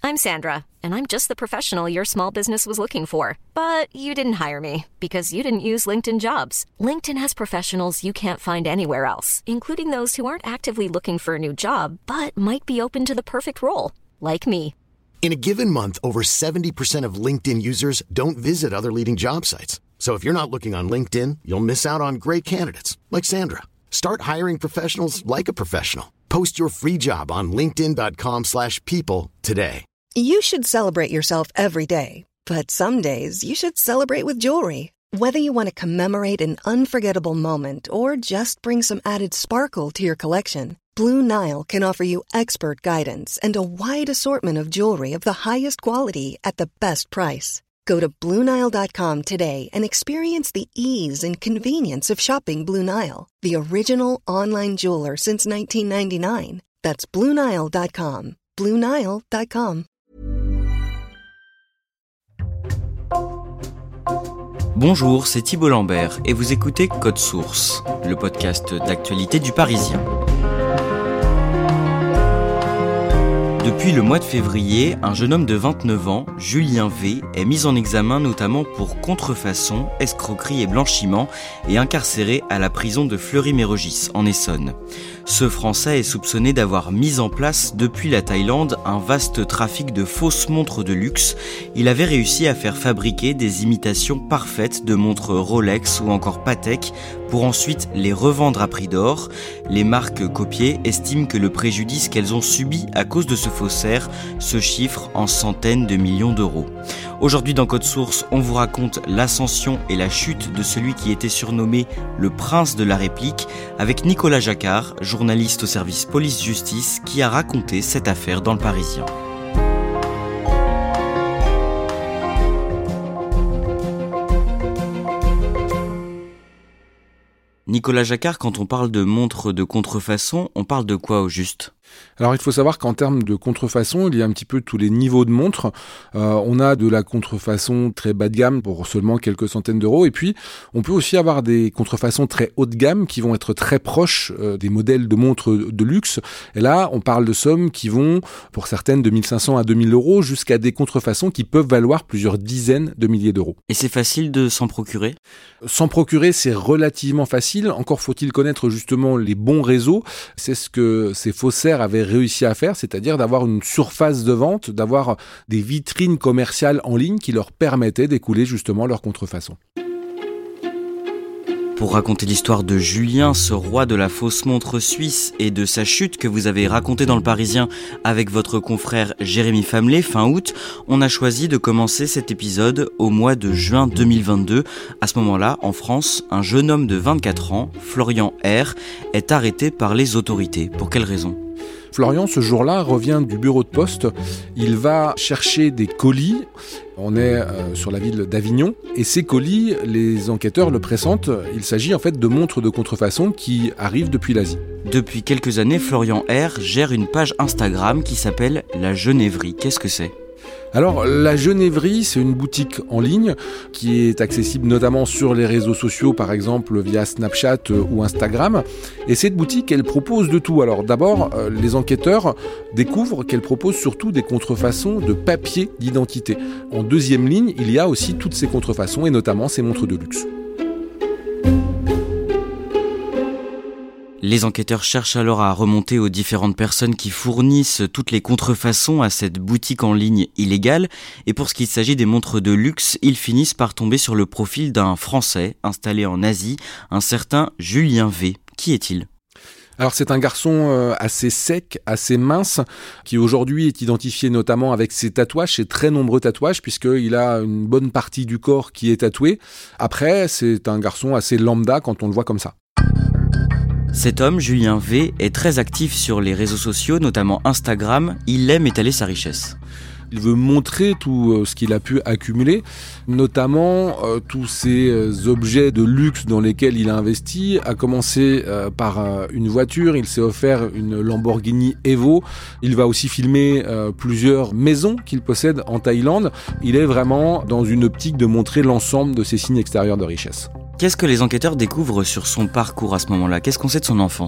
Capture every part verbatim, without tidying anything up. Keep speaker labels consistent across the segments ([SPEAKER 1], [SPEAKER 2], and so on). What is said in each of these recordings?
[SPEAKER 1] I'm Sandra, and I'm just the professional your small business was looking for. But you didn't hire me because you didn't use LinkedIn Jobs. LinkedIn has professionals you can't find anywhere else, including those who aren't actively looking for a new job, but might be open to the perfect role, like me.
[SPEAKER 2] In a given month, over seventy percent of LinkedIn users don't visit other leading job sites. So if you're not looking on LinkedIn, you'll miss out on great candidates like Sandra. Start hiring professionals like a professional. Post your free job on linkedin.com slash people today.
[SPEAKER 3] You should celebrate yourself every day, but some days you should celebrate with jewelry. Whether you want to commemorate an unforgettable moment or just bring some added sparkle to your collection, Blue Nile can offer you expert guidance and a wide assortment of jewelry of the highest quality at the best price. Go to blue nile dot com today and experience the ease and convenience of shopping Blue Nile, the original online jeweler since nineteen ninety-nine. That's blue nile dot com. blue nile dot com.
[SPEAKER 4] Bonjour, c'est Thibault Lambert et vous écoutez Code Source, le podcast d'actualité du Parisien. Depuis le mois de février, un jeune homme de vingt-neuf ans, Julien V, est mis en examen notamment pour contrefaçon, escroquerie et blanchiment et incarcéré à la prison de Fleury-Mérogis, en Essonne. Ce Français est soupçonné d'avoir mis en place depuis la Thaïlande un vaste trafic de fausses montres de luxe. Il avait réussi à faire fabriquer des imitations parfaites de montres Rolex ou encore Patek pour ensuite les revendre à prix d'or. Les marques copiées estiment que le préjudice qu'elles ont subi à cause de ce faussaire se chiffre en centaines de millions d'euros. Aujourd'hui dans Code Source, on vous raconte l'ascension et la chute de celui qui était surnommé le prince de la réplique avec Nicolas Jacquard, journaliste au service police-justice qui a raconté cette affaire dans Le Parisien. Nicolas Jacquard, quand on parle de montres de contrefaçon, on parle de quoi au juste ?
[SPEAKER 5] Alors il faut savoir qu'en termes de contrefaçon, il y a un petit peu tous les niveaux de montres. Euh, on a de la contrefaçon très bas de gamme pour seulement quelques centaines d'euros. Et puis on peut aussi avoir des contrefaçons très haut de gamme qui vont être très proches euh, des modèles de montres de luxe. Et là, on parle de sommes qui vont, pour certaines, de mille cinq cents à deux mille euros, jusqu'à des contrefaçons qui peuvent valoir plusieurs dizaines de milliers d'euros.
[SPEAKER 4] Et c'est facile de s'en procurer ?
[SPEAKER 5] S'en procurer, c'est relativement facile. Encore faut-il connaître justement les bons réseaux. C'est ce que ces faussaires avaient réussi à faire, c'est-à-dire d'avoir une surface de vente, d'avoir des vitrines commerciales en ligne qui leur permettaient d'écouler justement leurs contrefaçons.
[SPEAKER 4] Pour raconter l'histoire de Julien, ce roi de la fausse montre suisse, et de sa chute que vous avez racontée dans Le Parisien avec votre confrère Jérémy Famelet fin août, on a choisi de commencer cet épisode au mois de juin deux mille vingt-deux. À ce moment-là, en France, un jeune homme de vingt-quatre ans, Florian R, est arrêté par les autorités. Pour quelle raison ?
[SPEAKER 5] Florian, ce jour-là, revient du bureau de poste. Il va chercher des colis. On est euh, sur la ville d'Avignon. Et ces colis, les enquêteurs le pressentent. Il s'agit en fait de montres de contrefaçon qui arrivent depuis l'Asie.
[SPEAKER 4] Depuis quelques années, Florian R gère une page Instagram qui s'appelle La Genévrie. Qu'est-ce que c'est ?
[SPEAKER 5] Alors, la Genévrie, c'est une boutique en ligne qui est accessible notamment sur les réseaux sociaux, par exemple via Snapchat ou Instagram. Et cette boutique, elle propose de tout. Alors d'abord, les enquêteurs découvrent qu'elle propose surtout des contrefaçons de papier d'identité. En deuxième ligne, il y a aussi toutes ces contrefaçons et notamment ces montres de luxe.
[SPEAKER 4] Les enquêteurs cherchent alors à remonter aux différentes personnes qui fournissent toutes les contrefaçons à cette boutique en ligne illégale. Et pour ce qui s'agit des montres de luxe, ils finissent par tomber sur le profil d'un Français installé en Asie, un certain Julien V. Qui est-il ?
[SPEAKER 5] Alors c'est un garçon assez sec, assez mince, qui aujourd'hui est identifié notamment avec ses tatouages, ses très nombreux tatouages, puisqu'il a une bonne partie du corps qui est tatoué. Après, c'est un garçon assez lambda quand on le voit comme ça.
[SPEAKER 4] Cet homme, Julien V, est très actif sur les réseaux sociaux, notamment Instagram. Il aime étaler sa richesse.
[SPEAKER 5] Il veut montrer tout ce qu'il a pu accumuler, notamment euh, tous ces euh, objets de luxe dans lesquels il a investi, à commencer euh, par euh, une voiture. Il s'est offert une Lamborghini Evo. Il va aussi filmer euh, plusieurs maisons qu'il possède en Thaïlande. Il est vraiment dans une optique de montrer l'ensemble de ses signes extérieurs de richesse.
[SPEAKER 4] Qu'est-ce que les enquêteurs découvrent sur son parcours à ce moment-là ? Qu'est-ce qu'on sait de son enfance ?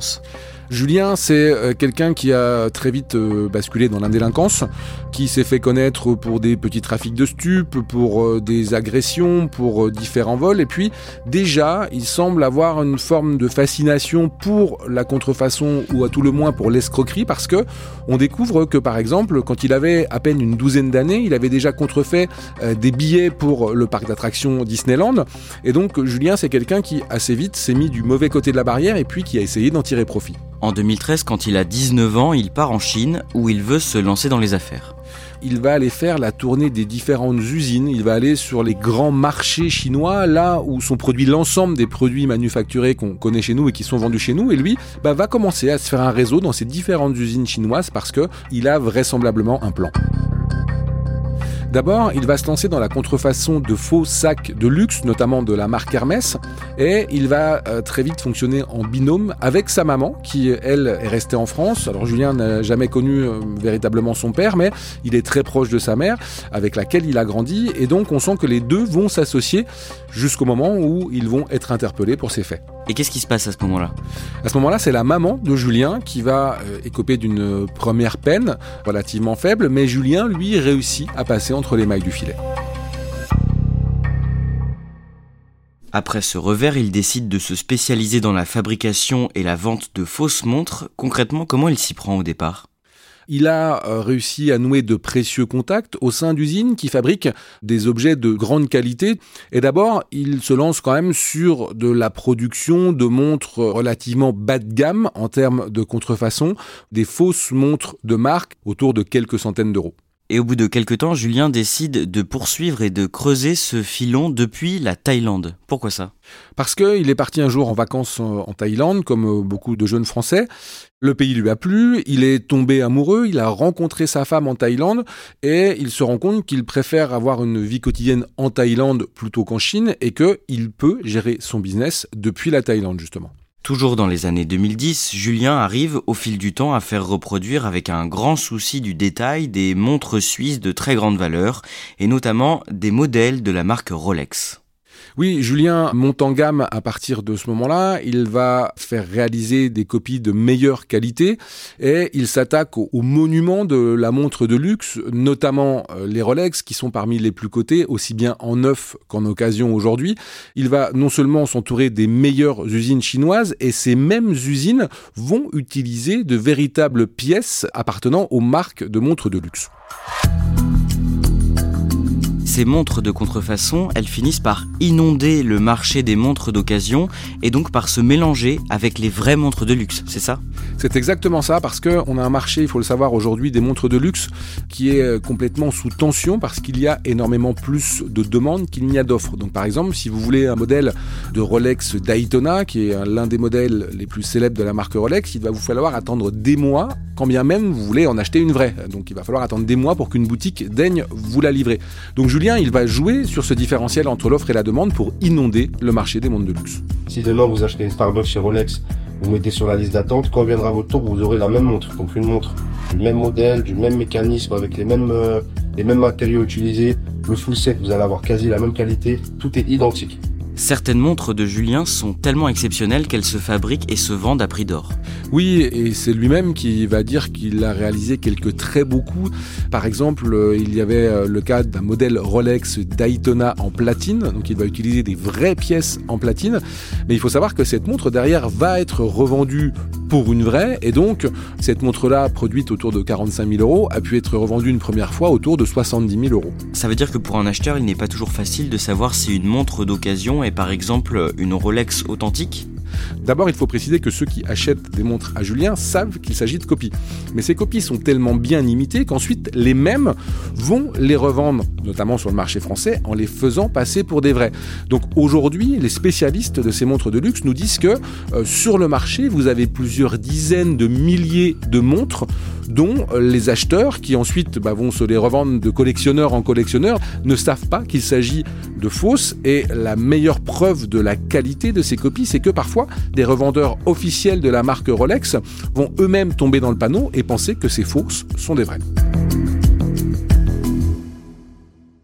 [SPEAKER 5] Julien, c'est euh, quelqu'un qui a très vite euh, basculé dans l'indélinquance, qui s'est fait connaître pour des petits trafics de stupes, pour euh, des agressions, pour euh, différents vols. Et puis, déjà, il semble avoir une forme de fascination pour la contrefaçon ou à tout le moins pour l'escroquerie, parce que on découvre que, par exemple, quand il avait à peine une douzaine d'années, il avait déjà contrefait euh, des billets pour le parc d'attractions Disneyland. Et donc, Julien, c'est quelqu'un qui, assez vite, s'est mis du mauvais côté de la barrière et puis qui a essayé d'en tirer profit.
[SPEAKER 4] En deux mille treize, quand il a dix-neuf ans, il part en Chine où il veut se lancer dans les affaires.
[SPEAKER 5] Il va aller faire la tournée des différentes usines, il va aller sur les grands marchés chinois, là où sont produits l'ensemble des produits manufacturés qu'on connaît chez nous et qui sont vendus chez nous. Et lui bah, va commencer à se faire un réseau dans ces différentes usines chinoises parce qu'il a vraisemblablement un plan. D'abord, il va se lancer dans la contrefaçon de faux sacs de luxe, notamment de la marque Hermès, et il va euh, très vite fonctionner en binôme avec sa maman, qui, elle, est restée en France. Alors Julien n'a jamais connu euh, véritablement son père, mais il est très proche de sa mère, avec laquelle il a grandi, et donc on sent que les deux vont s'associer jusqu'au moment où ils vont être interpellés pour ces faits.
[SPEAKER 4] Et qu'est-ce qui se passe à ce moment-là ?
[SPEAKER 5] À ce moment-là, c'est la maman de Julien qui va euh, écoper d'une première peine relativement faible, mais Julien, lui, réussit à passer entre les mailles du filet.
[SPEAKER 4] Après ce revers, il décide de se spécialiser dans la fabrication et la vente de fausses montres. Concrètement, comment il s'y prend au départ ?
[SPEAKER 5] Il a réussi à nouer de précieux contacts au sein d'usines qui fabriquent des objets de grande qualité. Et d'abord, il se lance quand même sur de la production de montres relativement bas de gamme en termes de contrefaçon, des fausses montres de marque autour de quelques centaines d'euros.
[SPEAKER 4] Et au bout de quelques temps, Julien décide de poursuivre et de creuser ce filon depuis la Thaïlande. Pourquoi ça ?
[SPEAKER 5] Parce qu'il est parti un jour en vacances en Thaïlande, comme beaucoup de jeunes Français. Le pays lui a plu, il est tombé amoureux, il a rencontré sa femme en Thaïlande et il se rend compte qu'il préfère avoir une vie quotidienne en Thaïlande plutôt qu'en Chine et qu'il peut gérer son business depuis la Thaïlande justement.
[SPEAKER 4] Toujours dans les années deux mille dix, Julien arrive au fil du temps à faire reproduire avec un grand souci du détail des montres suisses de très grande valeur et notamment des modèles de la marque Rolex.
[SPEAKER 5] Oui, Julien monte en gamme à partir de ce moment-là. Il va faire réaliser des copies de meilleure qualité et il s'attaque aux au monuments de la montre de luxe, notamment les Rolex qui sont parmi les plus cotés, aussi bien en neuf qu'en occasion aujourd'hui. Il va non seulement s'entourer des meilleures usines chinoises et ces mêmes usines vont utiliser de véritables pièces appartenant aux marques de montres de luxe.
[SPEAKER 4] Ces montres de contrefaçon, elles finissent par inonder le marché des montres d'occasion et donc par se mélanger avec les vraies montres de luxe, c'est ça ?
[SPEAKER 5] C'est exactement ça, parce qu'on a un marché, il faut le savoir aujourd'hui, des montres de luxe qui est complètement sous tension parce qu'il y a énormément plus de demandes qu'il n'y a d'offres. Donc par exemple, si vous voulez un modèle de Rolex Daytona, qui est l'un des modèles les plus célèbres de la marque Rolex, il va vous falloir attendre des mois, quand bien même vous voulez en acheter une vraie. Donc il va falloir attendre des mois pour qu'une boutique daigne vous la livrer. Donc Julien, il va jouer sur ce différentiel entre l'offre et la demande pour inonder le marché des montres de luxe.
[SPEAKER 6] Si demain vous achetez une Starbucks chez Rolex, vous mettez sur la liste d'attente, quand viendra votre tour, vous aurez la même montre. Donc une montre du même modèle, du même mécanisme, avec les mêmes, euh, les mêmes matériaux utilisés, le full set, vous allez avoir quasi la même qualité, tout est identique.
[SPEAKER 4] Certaines montres de Julien sont tellement exceptionnelles qu'elles se fabriquent et se vendent à prix d'or.
[SPEAKER 5] Oui, et c'est lui-même qui va dire qu'il a réalisé quelques très beaux coups. Par exemple, il y avait le cas d'un modèle Rolex Daytona en platine, donc il va utiliser des vraies pièces en platine. Mais il faut savoir que cette montre derrière va être revendue pour une vraie, et donc cette montre-là, produite autour de quarante-cinq mille euros, a pu être revendue une première fois autour de soixante-dix mille euros.
[SPEAKER 4] Ça veut dire que pour un acheteur, il n'est pas toujours facile de savoir si une montre d'occasion est par exemple une Rolex authentique ?
[SPEAKER 5] D'abord, il faut préciser que ceux qui achètent des montres à Julien savent qu'il s'agit de copies. Mais ces copies sont tellement bien imitées qu'ensuite, les mêmes vont les revendre, notamment sur le marché français, en les faisant passer pour des vrais. Donc aujourd'hui, les spécialistes de ces montres de luxe nous disent que euh, sur le marché, vous avez plusieurs dizaines de milliers de montres dont les acheteurs, qui ensuite bah, vont se les revendre de collectionneur en collectionneur, ne savent pas qu'il s'agit de fausses. Et la meilleure preuve de la qualité de ces copies, c'est que parfois, des revendeurs officiels de la marque Rolex vont eux-mêmes tomber dans le panneau et penser que ces fausses sont des vraies.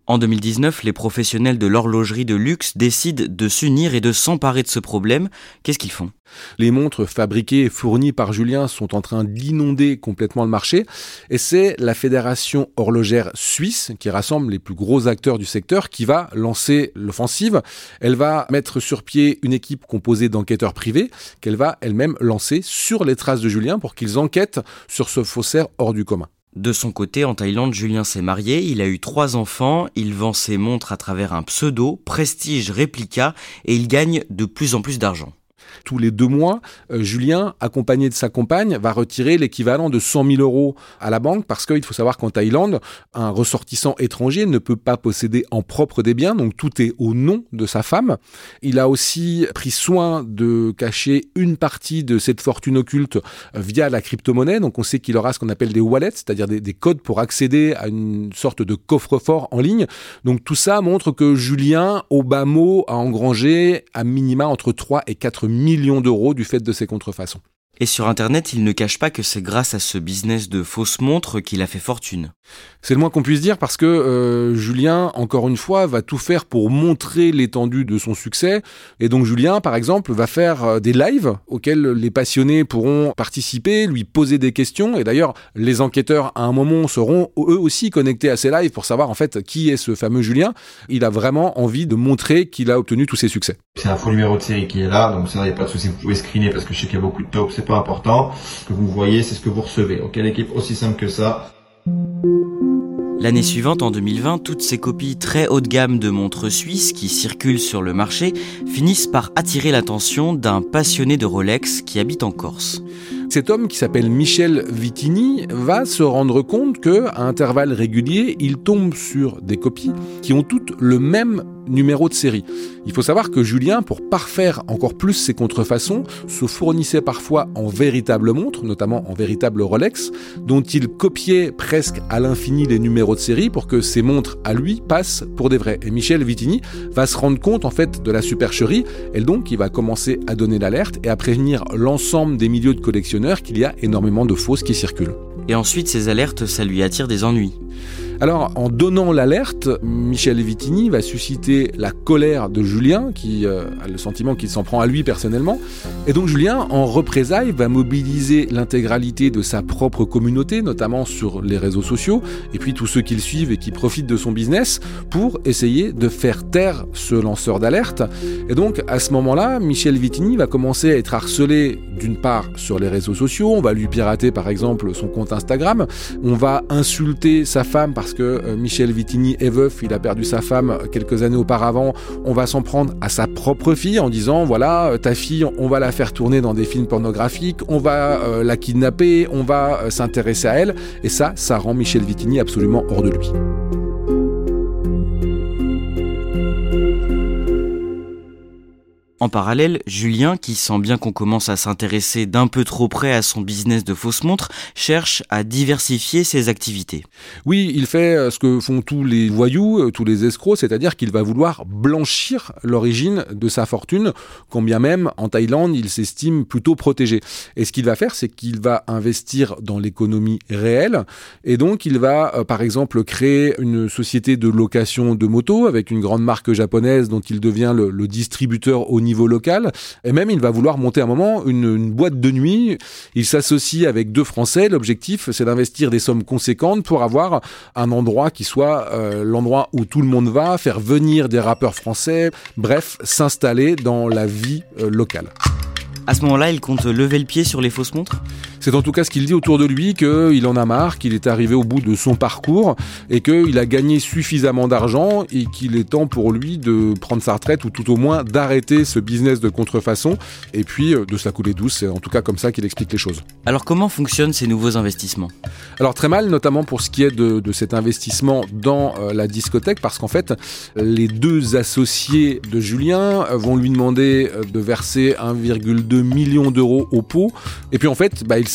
[SPEAKER 4] En deux mille dix-neuf, les professionnels de l'horlogerie de luxe décident de s'unir et de s'emparer de ce problème. Qu'est-ce qu'ils font ?
[SPEAKER 5] Les montres fabriquées et fournies par Julien sont en train d'inonder complètement le marché et c'est la Fédération horlogère suisse qui rassemble les plus gros acteurs du secteur qui va lancer l'offensive. Elle va mettre sur pied une équipe composée d'enquêteurs privés qu'elle va elle-même lancer sur les traces de Julien pour qu'ils enquêtent sur ce faussaire hors du commun.
[SPEAKER 4] De son côté, en Thaïlande, Julien s'est marié, il a eu trois enfants, il vend ses montres à travers un pseudo, Prestige Replica, et il gagne de plus en plus d'argent.
[SPEAKER 5] Tous les deux mois, euh, Julien, accompagné de sa compagne, va retirer l'équivalent de cent mille euros à la banque parce qu'il faut savoir qu'en Thaïlande, un ressortissant étranger ne peut pas posséder en propre des biens, donc tout est au nom de sa femme. Il a aussi pris soin de cacher une partie de cette fortune occulte via la crypto-monnaie, donc on sait qu'il aura ce qu'on appelle des wallets, c'est-à-dire des, des codes pour accéder à une sorte de coffre-fort en ligne. Donc tout ça montre que Julien, au bas mot, a engrangé à minima entre trois et quatre millions d'euros du fait de ces contrefaçons.
[SPEAKER 4] Et sur Internet, il ne cache pas que c'est grâce à ce business de fausses montres qu'il a fait fortune.
[SPEAKER 5] C'est le moins qu'on puisse dire parce que euh, Julien, encore une fois, va tout faire pour montrer l'étendue de son succès. Et donc Julien, par exemple, va faire des lives auxquels les passionnés pourront participer, lui poser des questions. Et d'ailleurs, les enquêteurs, à un moment, seront eux aussi connectés à ces lives pour savoir en fait qui est ce fameux Julien. Il a vraiment envie de montrer qu'il a obtenu tous ses succès.
[SPEAKER 7] C'est un faux numéro de série qui est là, donc ça, il n'y a pas de souci, vous pouvez screener parce que je sais qu'il y a beaucoup de top, c'est pas important. Ce que vous voyez, c'est ce que vous recevez. Ok, l'équipe, aussi simple que ça.
[SPEAKER 4] L'année suivante, en deux mille vingt, toutes ces copies très haut de gamme de montres suisses qui circulent sur le marché finissent par attirer l'attention d'un passionné de Rolex qui habite en Corse.
[SPEAKER 5] Cet homme, qui s'appelle Michel Vitini, va se rendre compte qu'à intervalles réguliers, il tombe sur des copies qui ont toutes le même numéro de série. Il faut savoir que Julien, pour parfaire encore plus ses contrefaçons, se fournissait parfois en véritables montres, notamment en véritables Rolex, dont il copiait presque à l'infini les numéros de série pour que ces montres à lui passent pour des vraies. Et Michel Vitini va se rendre compte en fait de la supercherie, et donc il va commencer à donner l'alerte et à prévenir l'ensemble des milieux de collectionneurs qu'il y a énormément de fausses qui circulent.
[SPEAKER 4] Et ensuite, ces alertes, ça lui attire des ennuis.
[SPEAKER 5] Alors, en donnant l'alerte, Michel Vitini va susciter la colère de Julien, qui euh, a le sentiment qu'il s'en prend à lui personnellement. Et donc Julien, en représailles, va mobiliser l'intégralité de sa propre communauté, notamment sur les réseaux sociaux, et puis tous ceux qui le suivent et qui profitent de son business, pour essayer de faire taire ce lanceur d'alerte. Et donc, à ce moment-là, Michel Vitini va commencer à être harcelé, d'une part, sur les réseaux sociaux. On va lui pirater, par exemple, son compte Instagram. On va insulter sa femme parce que Michel Vitini est veuf, il a perdu sa femme quelques années auparavant. On va s'en prendre à sa propre fille en disant voilà, ta fille, on va la faire tourner dans des films pornographiques, on va euh, la kidnapper, on va euh, s'intéresser à elle. Et ça, ça rend Michel Vitini absolument hors de lui.
[SPEAKER 4] En parallèle, Julien, qui sent bien qu'on commence à s'intéresser d'un peu trop près à son business de fausses montres, cherche à diversifier ses activités.
[SPEAKER 5] Oui, il fait ce que font tous les voyous, tous les escrocs, c'est-à-dire qu'il va vouloir blanchir l'origine de sa fortune, quand bien même, en Thaïlande, il s'estime plutôt protégé. Et ce qu'il va faire, c'est qu'il va investir dans l'économie réelle, et donc il va, euh, par exemple, créer une société de location de motos avec une grande marque japonaise dont il devient le, le distributeur au niveau local, et même il va vouloir monter un moment une, une boîte de nuit. Il s'associe avec deux Français. L'objectif, c'est d'investir des sommes conséquentes pour avoir un endroit qui soit euh, l'endroit où tout le monde va, faire venir des rappeurs français, bref, s'installer dans la vie euh, locale.
[SPEAKER 4] À ce moment-là, il compte lever le pied sur les fausses montres ?
[SPEAKER 5] C'est en tout cas ce qu'il dit autour de lui, qu'il en a marre, qu'il est arrivé au bout de son parcours et qu'il a gagné suffisamment d'argent et qu'il est temps pour lui de prendre sa retraite ou tout au moins d'arrêter ce business de contrefaçon et puis de se la couler douce. C'est en tout cas comme ça qu'il explique les choses.
[SPEAKER 4] Alors comment fonctionnent ces nouveaux investissements ?
[SPEAKER 5] Alors très mal, notamment pour ce qui est de, de cet investissement dans euh, la discothèque, parce qu'en fait, les deux associés de Julien vont lui demander de verser un virgule deux million d'euros au pot. Et puis en fait, bah, il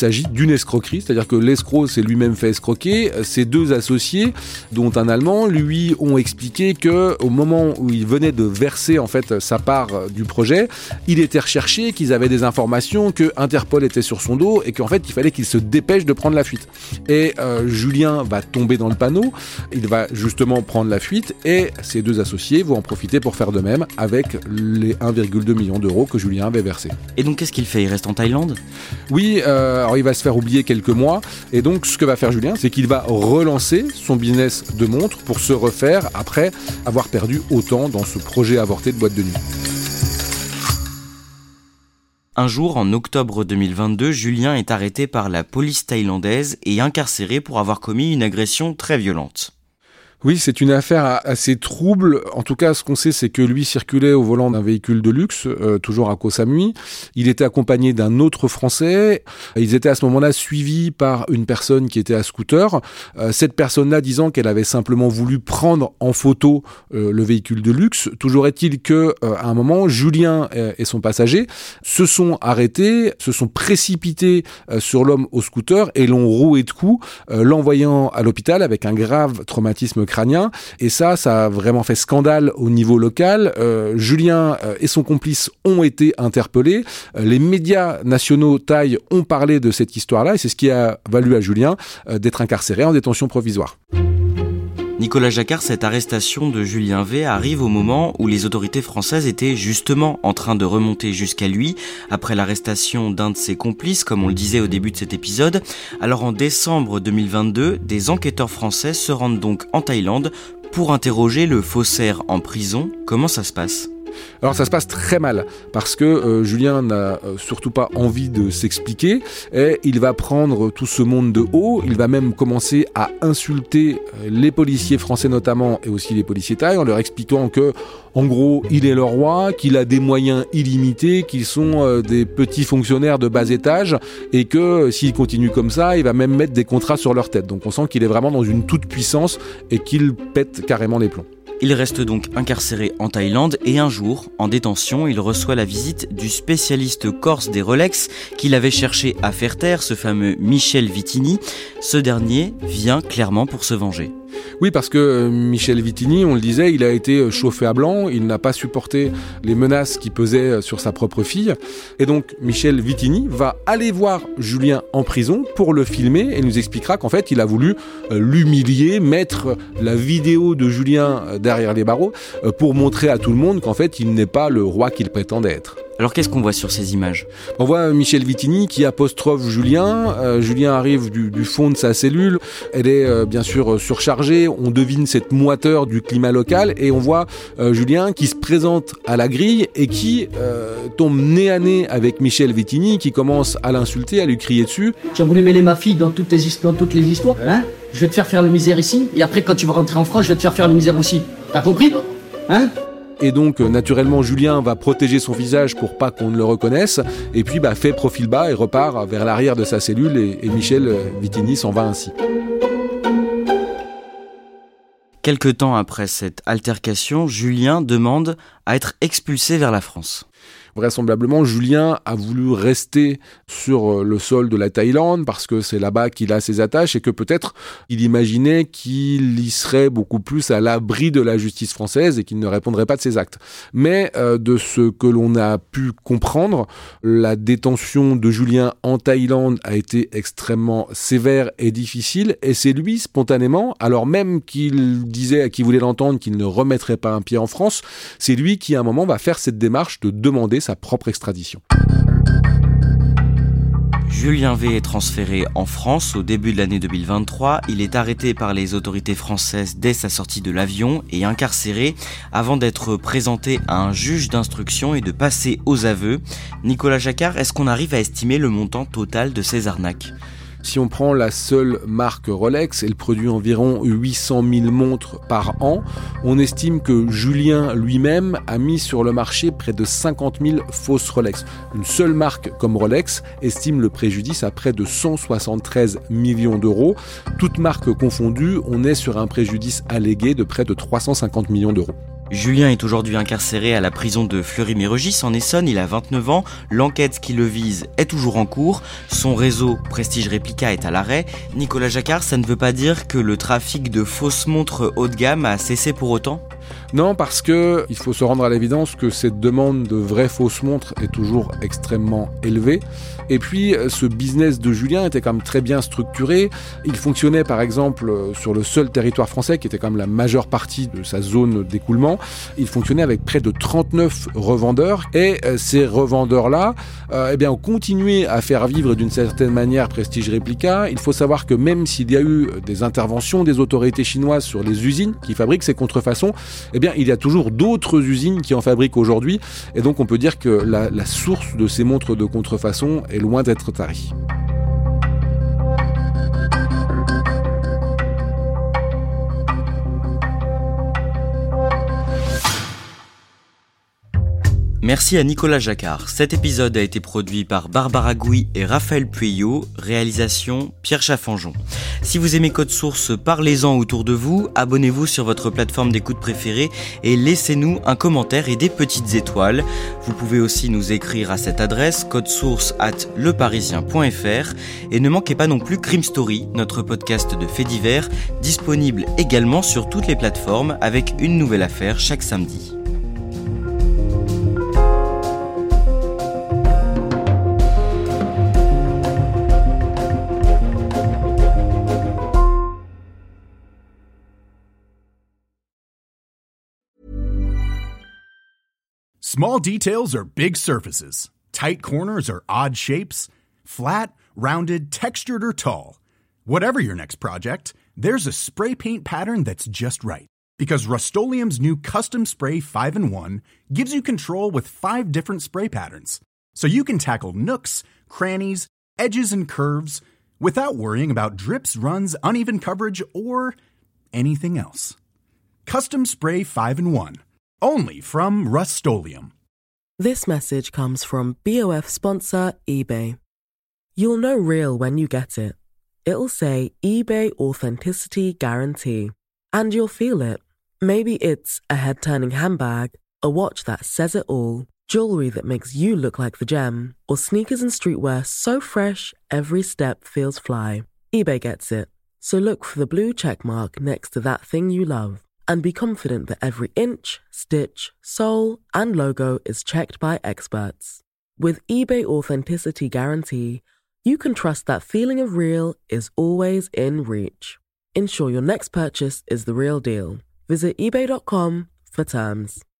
[SPEAKER 5] s'agit d'une escroquerie, c'est-à-dire que l'escroc s'est lui-même fait escroquer. Ses deux associés, dont un Allemand, lui ont expliqué que au moment où il venait de verser en fait sa part du projet, il était recherché, qu'ils avaient des informations, que Interpol était sur son dos et qu'en fait il fallait qu'il se dépêche de prendre la fuite. Et euh, Julien va tomber dans le panneau, il va justement prendre la fuite et ses deux associés vont en profiter pour faire de même avec les un virgule deux million d'euros que Julien avait versés.
[SPEAKER 4] Et donc qu'est-ce qu'il fait ? Il reste en Thaïlande ?
[SPEAKER 5] Oui, euh, alors il va se faire oublier quelques mois et donc ce que va faire Julien, c'est qu'il va relancer son business de montres pour se refaire après avoir perdu autant dans ce projet avorté de boîte de nuit.
[SPEAKER 4] Un jour, en octobre deux mille vingt-deux, Julien est arrêté par la police thaïlandaise et incarcéré pour avoir commis une agression très violente.
[SPEAKER 5] Oui, c'est une affaire assez trouble. En tout cas, ce qu'on sait, c'est que lui circulait au volant d'un véhicule de luxe, euh, toujours à Koh Samui. Il était accompagné d'un autre Français. Ils étaient à ce moment-là suivis par une personne qui était à scooter. Euh, cette personne-là disant qu'elle avait simplement voulu prendre en photo euh, le véhicule de luxe. Toujours est-il que, euh, à un moment, Julien et son passager se sont arrêtés, se sont précipités euh, sur l'homme au scooter et l'ont roué de coups, euh, l'envoyant à l'hôpital avec un grave traumatisme crânien. Et ça, ça a vraiment fait scandale au niveau local. Euh, Julien euh, et son complice ont été interpellés. Euh, les médias nationaux thaïs ont parlé de cette histoire-là et c'est ce qui a valu à Julien euh, d'être incarcéré en détention provisoire.
[SPEAKER 4] Nicolas Jacquard, cette arrestation de Julien V arrive au moment où les autorités françaises étaient justement en train de remonter jusqu'à lui, après l'arrestation d'un de ses complices, comme on le disait au début de cet épisode. Alors en décembre deux mille vingt-deux, des enquêteurs français se rendent donc en Thaïlande pour interroger le faussaire en prison. Comment ça se passe ?
[SPEAKER 5] Alors ça se passe très mal parce que euh, Julien n'a euh, surtout pas envie de s'expliquer et il va prendre tout ce monde de haut, il va même commencer à insulter euh, les policiers français notamment et aussi les policiers thaïs en leur expliquant que en gros il est le roi, qu'il a des moyens illimités, qu'ils sont euh, des petits fonctionnaires de bas étage et que euh, s'il continue comme ça il va même mettre des contrats sur leur tête. Donc on sent qu'il est vraiment dans une toute puissance et qu'il pète carrément les plombs.
[SPEAKER 4] Il reste donc incarcéré en Thaïlande et un jour, en détention, il reçoit la visite du spécialiste corse des Rolex qu'il avait cherché à faire taire, ce fameux Michel Vitini. Ce dernier vient clairement pour se venger.
[SPEAKER 5] Oui, parce que Michel Vitini, on le disait, il a été chauffé à blanc, il n'a pas supporté les menaces qui pesaient sur sa propre fille. Et donc, Michel Vitini va aller voir Julien en prison pour le filmer et nous expliquera qu'en fait, il a voulu l'humilier, mettre la vidéo de Julien derrière les barreaux pour montrer à tout le monde qu'en fait, il n'est pas le roi qu'il prétendait être.
[SPEAKER 4] Alors qu'est-ce qu'on voit sur ces images ?
[SPEAKER 5] On voit Michel Vitini qui apostrophe Julien. Euh, Julien arrive du, du fond de sa cellule. Elle est euh, bien sûr surchargée. On devine cette moiteur du climat local et on voit euh, Julien qui se présente à la grille et qui euh, tombe nez à nez avec Michel Vitini qui commence à l'insulter, à lui crier dessus.
[SPEAKER 8] Tu as voulu mêler ma fille dans toutes, les, dans toutes les histoires, hein ? Je vais te faire faire la misère ici et après quand tu vas rentrer en France, je vais te faire faire la misère aussi. T'as compris ? Hein ?
[SPEAKER 5] Et donc, naturellement, Julien va protéger son visage pour pas qu'on ne le reconnaisse. Et puis, bah, fait profil bas et repart vers l'arrière de sa cellule. Et, et Michel Vitini s'en va ainsi.
[SPEAKER 4] Quelque temps après cette altercation, Julien demande à être expulsé vers la France.
[SPEAKER 5] Vraisemblablement, Julien a voulu rester sur le sol de la Thaïlande parce que c'est là-bas qu'il a ses attaches et que peut-être il imaginait qu'il y serait beaucoup plus à l'abri de la justice française et qu'il ne répondrait pas de ses actes. Mais euh, de ce que l'on a pu comprendre, la détention de Julien en Thaïlande a été extrêmement sévère et difficile et c'est lui, spontanément, alors même qu'il disait à qui voulait l'entendre qu'il ne remettrait pas un pied en France, c'est lui qui à un moment va faire cette démarche de demander sa propre extradition.
[SPEAKER 4] Julien V est transféré en France au début de l'année deux mille vingt-trois. Il est arrêté par les autorités françaises dès sa sortie de l'avion et incarcéré avant d'être présenté à un juge d'instruction et de passer aux aveux. Nicolas Jacquard, est-ce qu'on arrive à estimer le montant total de ces arnaques ?
[SPEAKER 5] Si on prend la seule marque Rolex, elle produit environ huit cent mille montres par an. On estime que Julien lui-même a mis sur le marché près de cinquante mille fausses Rolex. Une seule marque comme Rolex estime le préjudice à près de cent soixante-treize millions d'euros. Toutes marques confondues, on est sur un préjudice allégué de près de trois cent cinquante millions d'euros.
[SPEAKER 4] Julien est aujourd'hui incarcéré à la prison de Fleury-Mérogis en Essonne, il a vingt-neuf ans, l'enquête qui le vise est toujours en cours, son réseau Prestige Replica est à l'arrêt. Nicolas Jacquard, ça ne veut pas dire que le trafic de fausses montres haut de gamme a cessé pour autant ?
[SPEAKER 5] Non, parce que il faut se rendre à l'évidence que cette demande de vraies fausses montres est toujours extrêmement élevée. Et puis, ce business de Julien était quand même très bien structuré. Il fonctionnait, par exemple, sur le seul territoire français, qui était quand même la majeure partie de sa zone d'écoulement. Il fonctionnait avec près de trente-neuf revendeurs. Et ces revendeurs-là, euh, eh bien, ont continué à faire vivre d'une certaine manière Prestige Replica. Il faut savoir que même s'il y a eu des interventions des autorités chinoises sur les usines qui fabriquent ces contrefaçons, eh bien, il y a toujours d'autres usines qui en fabriquent aujourd'hui. Et donc, on peut dire que la, la source de ces montres de contrefaçon est loin d'être tarie.
[SPEAKER 4] Merci à Nicolas Jacquard. Cet épisode a été produit par Barbara Gouy et Raphaël Pueyo, réalisation Pierre Chaffanjon. Si vous aimez Code Source, parlez-en autour de vous, abonnez-vous sur votre plateforme d'écoute préférée et laissez-nous un commentaire et des petites étoiles. Vous pouvez aussi nous écrire à cette adresse codesource arobase leparisien point fr et ne manquez pas non plus Crime Story, notre podcast de faits divers, disponible également sur toutes les plateformes avec une nouvelle affaire chaque samedi.
[SPEAKER 9] Small details are big surfaces. Tight corners are odd shapes. Flat, rounded, textured, or tall. Whatever your next project, there's a spray paint pattern that's just right. Because Rust-Oleum's new Custom Spray five in one gives you control with five different spray patterns. So you can tackle nooks, crannies, edges, and curves without worrying about drips, runs, uneven coverage, or anything else. Custom Spray five in one. Only from Rust-Oleum.
[SPEAKER 10] This message comes from B O F sponsor eBay. You'll know real when you get it. It'll say eBay Authenticity Guarantee. And you'll feel it. Maybe it's a head-turning handbag, a watch that says it all, jewelry that makes you look like the gem, or sneakers and streetwear so fresh every step feels fly. eBay gets it. So look for the blue check mark next to that thing you love. And be confident that every inch, stitch, sole, and logo is checked by experts. With eBay Authenticity Guarantee, you can trust that feeling of real is always in reach. Ensure your next purchase is the real deal. Visit ebay dot com for terms.